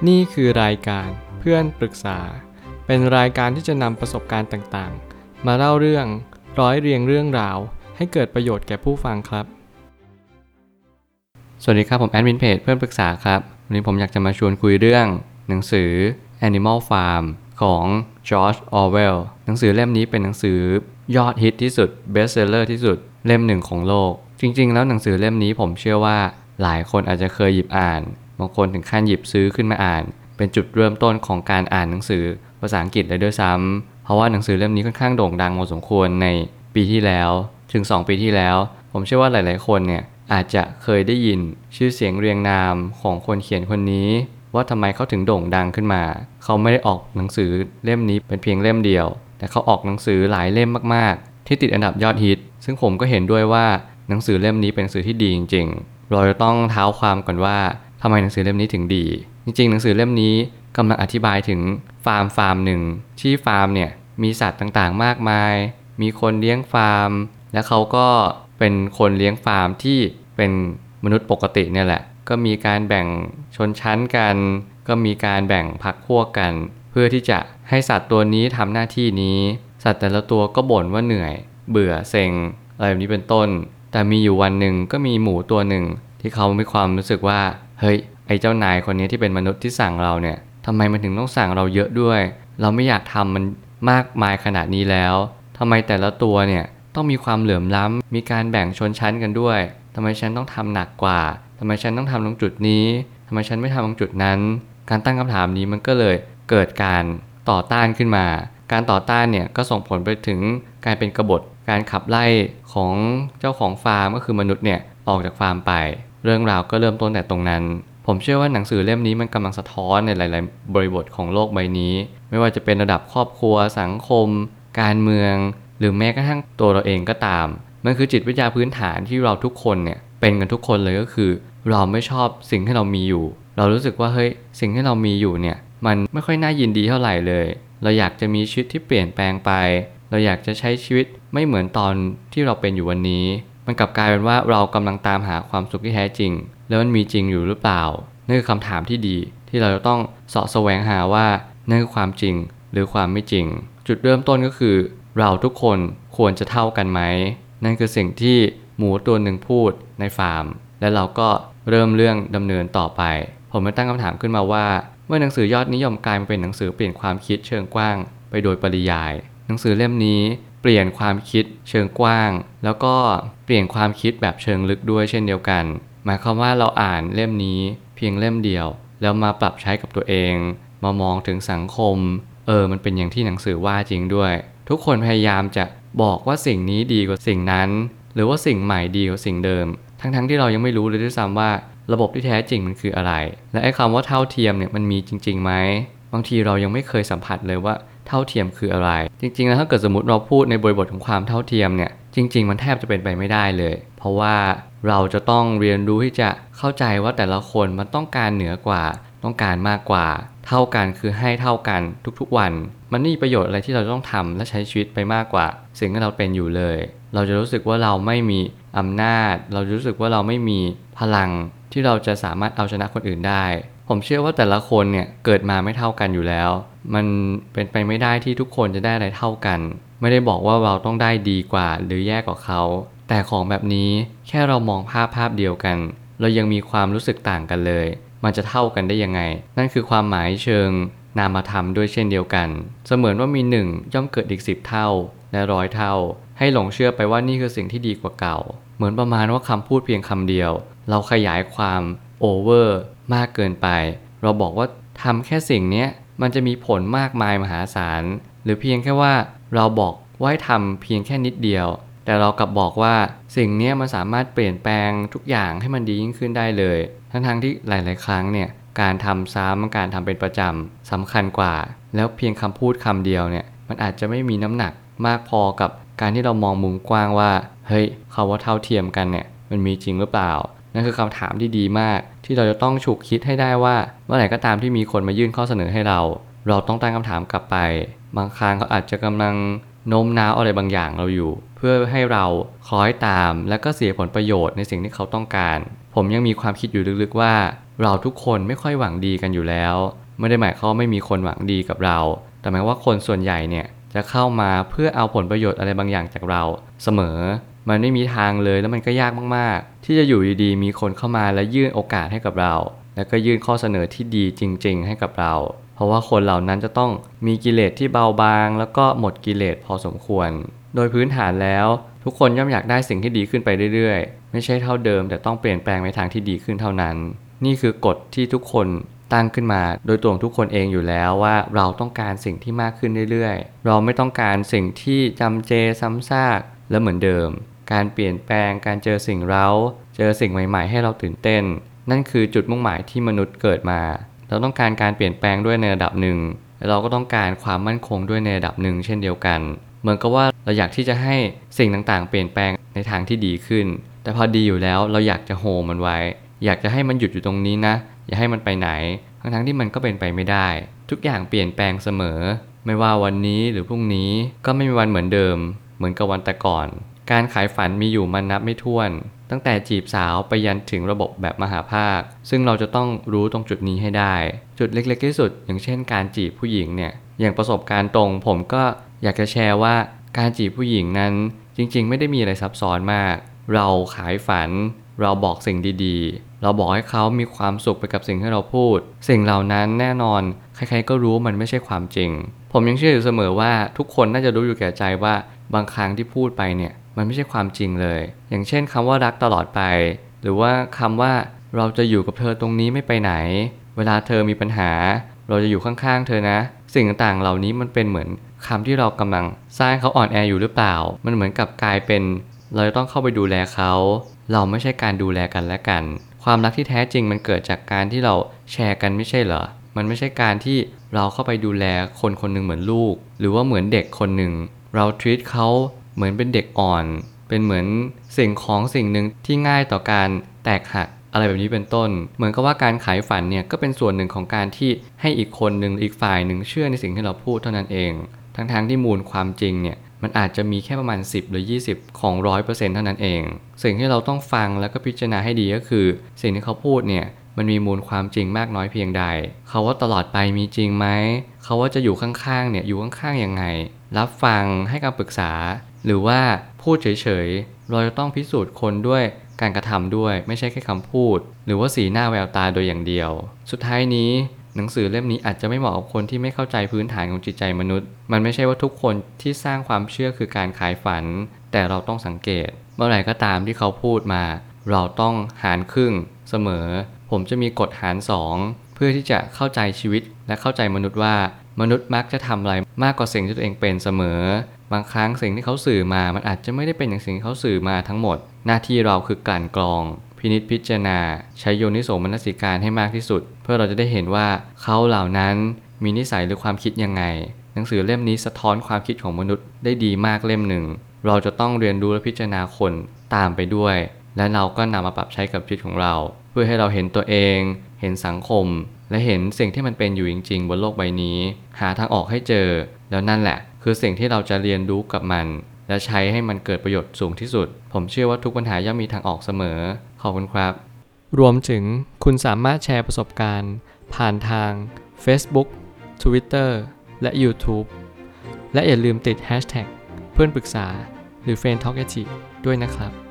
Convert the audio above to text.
นี่คือรายการเพื่อนปรึกษาเป็นรายการที่จะนำประสบการณ์ต่างๆมาเล่าเรื่องร้อยเรียงเรื่องราวให้เกิดประโยชน์แก่ผู้ฟังครับสวัสดีครับผมแอดมินเพจเพื่อนปรึกษาครับวันนี้ผมอยากจะมาชวนคุยเรื่องหนังสือ Animal Farm ของ George Orwell หนังสือเล่มนี้เป็นหนังสือยอดฮิตที่สุด Best Seller ที่สุดเล่มหนึ่งของโลกจริงๆแล้วหนังสือเล่มนี้ผมเชื่อว่าหลายคนอาจจะเคยหยิบอ่านบางคนถึงขั้นหยิบซื้อขึ้นมาอ่านเป็นจุดเริ่มต้นของการอ่านหนังสือภาษาอังกฤษเลยด้วยซ้ำเพราะว่าหนังสือเล่มนี้ค่อนข้างโด่งดังพอสมควรในปีที่แล้วถึง2 ปีที่แล้วผมเชื่อว่าหลายๆคนเนี่ยอาจจะเคยได้ยินชื่อเสียงเรียงนามของคนเขียนคนนี้ว่าทำไมเขาถึงโด่งดังขึ้นมาเขาไม่ได้ออกหนังสือเล่มนี้เป็นเพียงเล่มเดียวแต่เขาออกหนังสือหลายเล่มมากๆที่ติดอันดับยอดฮิตซึ่งผมก็เห็นด้วยว่าหนังสือเล่มนี้เป็นหนังสือที่ดีจริงๆเราจะต้องเท้าความก่อนว่าทำไมหนังสือเล่มนี้ถึงดีจริงๆหนังสือเล่มนี้กำลังอธิบายถึงฟาร์มหนึ่งที่ฟาร์มเนี่ยมีสัตว์ต่างๆมากมายมีคนเลี้ยงฟาร์มและเขาก็เป็นคนเลี้ยงฟาร์มที่เป็นมนุษย์ปกติเนี่ยแหละก็มีการแบ่งชนชั้นกันก็มีการแบ่งพรรคพวกกันเพื่อที่จะให้สัตว์ตัวนี้ทำหน้าที่นี้สัตว์แต่ละตัวก็บ่นว่าเหนื่อยเบื่อเซ็งอะไรแบบนี้เป็นต้นแต่มีอยู่วันหนึ่งก็มีหมูตัวหนึ่งที่เขามีความรู้สึกว่าเฮ้ยไอ้เจ้านายคนนี้ที่เป็นมนุษย์ที่สั่งเราเนี่ยทำไมมันถึงต้องสั่งเราเยอะด้วยเราไม่อยากทำมันมากมายขนาดนี้แล้วทำไมแต่ละตัวเนี่ยต้องมีความเหลื่อมล้ำมีการแบ่งชนชั้นกันด้วยทำไมฉันต้องทำหนักกว่าทำไมฉันต้องทำตรงจุดนี้ทำไมฉันไม่ทำตรงจุดนั้นการตั้งคำถามนี้มันก็เลยเกิดการต่อต้านขึ้นมาการต่อต้านเนี่ยก็ส่งผลไปถึงการเป็นกบฏการขับไล่ของเจ้าของฟาร์มก็คือมนุษย์เนี่ยออกจากฟาร์มไปเรื่องราวก็เริ่มต้นแต่ตรงนั้นผมเชื่อว่าหนังสือเล่มนี้มันกำลังสะท้อนในหลายๆบริบทของโลกใบนี้ไม่ว่าจะเป็นระดับครอบครัวสังคมการเมืองหรือแม้กระทั่งตัวเราเองก็ตามมันคือจิตวิทยาพื้นฐานที่เราทุกคนเนี่ยเป็นกันทุกคนเลยก็คือเราไม่ชอบสิ่งที่เรามีอยู่เรารู้สึกว่าเฮ้ยสิ่งที่เรามีอยู่เนี่ยมันไม่ค่อยน่ายินดีเท่าไหร่เลยเราอยากจะมีชีวิตที่เปลี่ยนแปลงไปเราอยากจะใช้ชีวิตไม่เหมือนตอนที่เราเป็นอยู่วันนี้มันกลับกลายเป็นว่าเรากำลังตามหาความสุขที่แท้จริงแล้วมันมีจริงอยู่หรือเปล่านั่นคือคำถามที่ดีที่เราจะต้องเสาะแสวงหาว่านั่นคือความจริงหรือความไม่จริงจุดเริ่มต้นก็คือเราทุกคนควรจะเท่ากันไหมนั่นคือสิ่งที่หมูตัวหนึ่งพูดในฟาร์มและเราก็เริ่มเรื่องดำเนินต่อไปผมมาตั้งคำถามขึ้นมาว่าเมื่อหนังสือยอดนิยมกลายมาเป็นหนังสือเปลี่ยนความคิดเชิงกว้างไปโดยปริยายหนังสือเล่มนี้เปลี่ยนความคิดเชิงกว้างแล้วก็เปลี่ยนความคิดแบบเชิงลึกด้วยเช่นเดียวกันหมายความว่าเราอ่านเล่มนี้เพียงเล่มเดียวแล้วมาปรับใช้กับตัวเองมามองถึงสังคมมันเป็นอย่างที่หนังสือว่าจริงด้วยทุกคนพยายามจะบอกว่าสิ่งนี้ดีกว่าสิ่งนั้นหรือว่าสิ่งใหม่ดีกว่าสิ่งเดิมทั้งที่เรายังไม่รู้เลยด้วยซ้ำว่าระบบที่แท้จริงมันคืออะไรและไอ้คำว่าเท่าเทียมเนี่ยมันมีจริงๆไหมบางทีเรายังไม่เคยสัมผัสเลยว่าเท่าเทียมคืออะไรจริงๆแล้วถ้าเกิดสมมติเราพูดในบริบทของความเท่าเทียมเนี่ยจริงๆมันแทบจะเป็นไปไม่ได้เลยเพราะว่าเราจะต้องเรียนรู้ที่จะเข้าใจว่าแต่ละคนมันต้องการเหนือกว่าต้องการมากกว่าเท่ากันคือให้เท่ากันทุกๆวันมันไม่มีประโยชน์อะไรที่เราต้องทำและใช้ชีวิตไปมากกว่าสิ่งที่เราเป็นอยู่เลยเราจะรู้สึกว่าเราไม่มีอำนาจเราจะรู้สึกว่าเราไม่มีพลังที่เราจะสามารถเอาชนะคนอื่นได้ผมเชื่อว่าแต่ละคนเนี่ยเกิดมาไม่เท่ากันอยู่แล้วมันเป็นไปไม่ได้ที่ทุกคนจะได้อะไรเท่ากันไม่ได้บอกว่าเราต้องได้ดีกว่าหรือแย่กว่าเขาแต่ของแบบนี้แค่เรามองภาพเดียวกันเรายังมีความรู้สึกต่างกันเลยมันจะเท่ากันได้ยังไงนั่นคือความหมายเชิงนามธรรมด้วยเช่นเดียวกันเสมือนว่ามี1ย่อมเกิดอีก10เท่าและ100เท่าให้หลงเชื่อไปว่านี่คือสิ่งที่ดีกว่าเก่าเหมือนประมาณว่าคำพูดเพียงคำเดียวเราขยายความโอเวอร์มากเกินไปเราบอกว่าทำแค่สิ่งนี้มันจะมีผลมากมายมหาศาลหรือเพียงแค่ว่าเราบอกว่าให้ทำเพียงแค่นิดเดียวแต่เรากลับบอกว่าสิ่งนี้มันสามารถเปลี่ยนแปลงทุกอย่างให้มันดียิ่งขึ้นได้เลยทั้งที่หลายๆครั้งเนี่ยการทำซ้ำการทำเป็นประจำสำคัญกว่าแล้วเพียงคำพูดคำเดียวเนี่ยมันอาจจะไม่มีน้ำหนักมากพอกับการที่เรามองมุมกว้างว่าเฮ้ยคำว่าเท่าเทียมกันเนี่ยมันมีจริงหรือเปล่านั่นคือคำถามที่ดีมากที่เราจะต้องฉุกคิดให้ได้ว่าเมื่อไหร่ก็ตามที่มีคนมายื่นข้อเสนอให้เราต้องตั้งคำถามกลับไปบางครั้งเขาอาจจะกำลังโน้มน้าวอะไรบางอย่างเราอยู่เพื่อให้เราคล้อยตามและก็เสียผลประโยชน์ในสิ่งที่เขาต้องการผมยังมีความคิดอยู่ลึกๆว่าเราทุกคนไม่ค่อยหวังดีกันอยู่แล้วไม่ได้หมายความว่าไม่มีคนหวังดีกับเราแต่หมายว่าคนส่วนใหญ่เนี่ยจะเข้ามาเพื่อเอาผลประโยชน์อะไรบางอย่างจากเราเสมอมันไม่มีทางเลยแล้วมันก็ยากมากๆที่จะอยู่ดีๆมีคนเข้ามาและยื่นโอกาสให้กับเราแล้วก็ยื่นข้อเสนอที่ดีจริงๆให้กับเราเพราะว่าคนเหล่านั้นจะต้องมีกิเลสที่เบาบางแล้วก็หมดกิเลสพอสมควรโดยพื้นฐานแล้วทุกคนย่อมอยากได้สิ่งที่ดีขึ้นไปเรื่อยๆไม่ใช่เท่าเดิมแต่ต้องเปลี่ยนแปลงในทางที่ดีขึ้นเท่านั้นนี่คือกฎที่ทุกคนตั้งขึ้นมาโดยตัวของทุกคนเองอยู่แล้วว่าเราต้องการสิ่งที่มากขึ้นเรื่อยๆเราไม่ต้องการสิ่งที่จำเจซ้ำซากและเหมือนเดิมการเปลี่ยนแปลงการเจอสิ่งเร้าเจอสิ่งใหม่ๆให้เราตื่นเต้นนั่นคือจุดมุ่งหมายที่มนุษย์เกิดมาเราต้องการการเปลี่ยนแปลงด้วยในระดับหนึ่งและเราก็ต้องการความมั่นคงด้วยในระดับหนึ่งเช่นเดียวกันเหมือนกับว่าเราอยากที่จะให้สิ่งต่างๆเปลี่ยนแปลงในทางที่ดีขึ้นแต่พอดีอยู่แล้วเราอยากจะโฮมันไว้อยากจะให้มันหยุดอยู่ตรงนี้นะอย่าให้มันไปไหนทั้งที่มันก็เป็นไปไม่ได้ทุกอย่างเปลี่ยนแปลงเสมอไม่ว่าวันนี้หรือพรุ่งนี้ก็ไม่มีวันเหมือนเดิมเหมือนกับวันแต่ก่อนการขายฝันมีอยู่มันนับไม่ถ้วนตั้งแต่จีบสาวไปยันถึงระบบแบบมหาภาคซึ่งเราจะต้องรู้ตรงจุดนี้ให้ได้จุดเล็กๆที่สุดอย่างเช่นการจีบผู้หญิงเนี่ยอย่างประสบการณ์ตรงผมก็อยากจะแชร์ว่าการจีบผู้หญิงนั้นจริงๆไม่ได้มีอะไรซับซ้อนมากเราขายฝันเราบอกสิ่งดีๆเราบอกให้เขามีความสุขไปกับสิ่งที่เราพูดสิ่งเหล่านั้นแน่นอนใครๆก็รู้มันไม่ใช่ความจริงผมยังเชื่ออยู่เสมอว่าทุกคนน่าจะรู้อยู่แก่ใจว่าบางครั้งที่พูดไปเนี่ยมันไม่ใช่ความจริงเลยอย่างเช่นคำว่ารักตลอดไปหรือว่าคำว่าเราจะอยู่กับเธอตรงนี้ไม่ไปไหนเวลาเธอมีปัญหาเราจะอยู่ข้างๆเธอนะสิ่งต่างๆเหล่านี้มันเป็นเหมือนคำที่เรากำลังสร้างเขาอ่อนแออยู่หรือเปล่ามันเหมือนกับกลายเป็นเราจะต้องเข้าไปดูแลเขาเราไม่ใช่การดูแลกันและกันความรักที่แท้จริงมันเกิดจากการที่เราแชร์กันไม่ใช่เหรอมันไม่ใช่การที่เราเข้าไปดูแลคนคนหนึ่งเหมือนลูกหรือว่าเหมือนเด็กคนหนึ่งเราtreatเขาเหมือนเป็นเด็กอ่อนเป็นเหมือนสิ่งของสิ่งหนึ่งที่ง่ายต่อการแตกหักอะไรแบบนี้เป็นต้นเหมือนกับว่าการขายฝันเนี่ยก็เป็นส่วนหนึ่งของการที่ให้อีกคนหนึ่งอีกฝ่ายหนึ่งเชื่อในสิ่งที่เราพูดเท่านั้นเองทั้งที่มูลความจริงเนี่ยมันอาจจะมีแค่ประมาณ10หรือ20ของ 100% เท่านั้นเองสิ่งที่เราต้องฟังแล้วก็พิจารณาให้ดีก็คือสิ่งที่เขาพูดเนี่ยมันมีมูลความจริงมากน้อยเพียงใดเขาว่าตลอดไปมีจริงไหมเขาว่าจะอยู่ข้างๆเนี่ยอยู่ข้างๆยังไงรับฟังให้คำปรึกษาหรือว่าพูดเฉยๆเราจะต้องพิสูจน์คนด้วยการกระทำด้วยไม่ใช่แค่คำพูดหรือว่าสีหน้าแววตาโดยอย่างเดียวสุดท้ายนี้หนังสือเล่มนี้อาจจะไม่เหมาะกับคนที่ไม่เข้าใจพื้นฐานของจิตใจมนุษย์มันไม่ใช่ว่าทุกคนที่สร้างความเชื่อคือการขายฝันแต่เราต้องสังเกตเมื่อไหร่ก็ตามที่เขาพูดมาเราต้องหารครึ่งเสมอผมจะมีกฎหาร2เพื่อที่จะเข้าใจชีวิตและเข้าใจมนุษย์ว่ามนุษย์มักจะทำอะไรมากกว่าสิ่งที่ตัวเองเป็นเสมอบางครั้งสิ่งที่เขาสื่อมามันอาจจะไม่ได้เป็นอย่างสิ่งที่เขาสื่อมาทั้งหมดหน้าที่เราคือกลั่นกรองพินิจพิจารณาใช้โยนิโสมนสิการให้มากที่สุดเพื่อเราจะได้เห็นว่าเขาเหล่านั้นมีนิสัยหรือความคิดยังไงหนังสือเล่มนี้สะท้อนความคิดของมนุษย์ได้ดีมากเล่มหนึ่งเราจะต้องเรียนรู้และพิจารณาคนตามไปด้วยและเราก็นำมาปรับใช้กับชีวิตของเราเพื่อให้เราเห็นตัวเองเห็นสังคมและเห็นสิ่งที่มันเป็นอยู่จริงๆบนโลกใบนี้หาทางออกให้เจอแล้วนั่นแหละคือสิ่งที่เราจะเรียนรู้กับมันและใช้ให้มันเกิดประโยชน์สูงที่สุดผมเชื่อว่าทุกปัญหาย่อมมีทางออกเสมอขอบคุณครับรวมถึงคุณสามารถแชร์ประสบการณ์ผ่านทาง Facebook Twitter และ YouTube และอย่าลืมติด Hashtag เพื่อนปรึกษาหรือ Friend Talk ด้วยนะครับ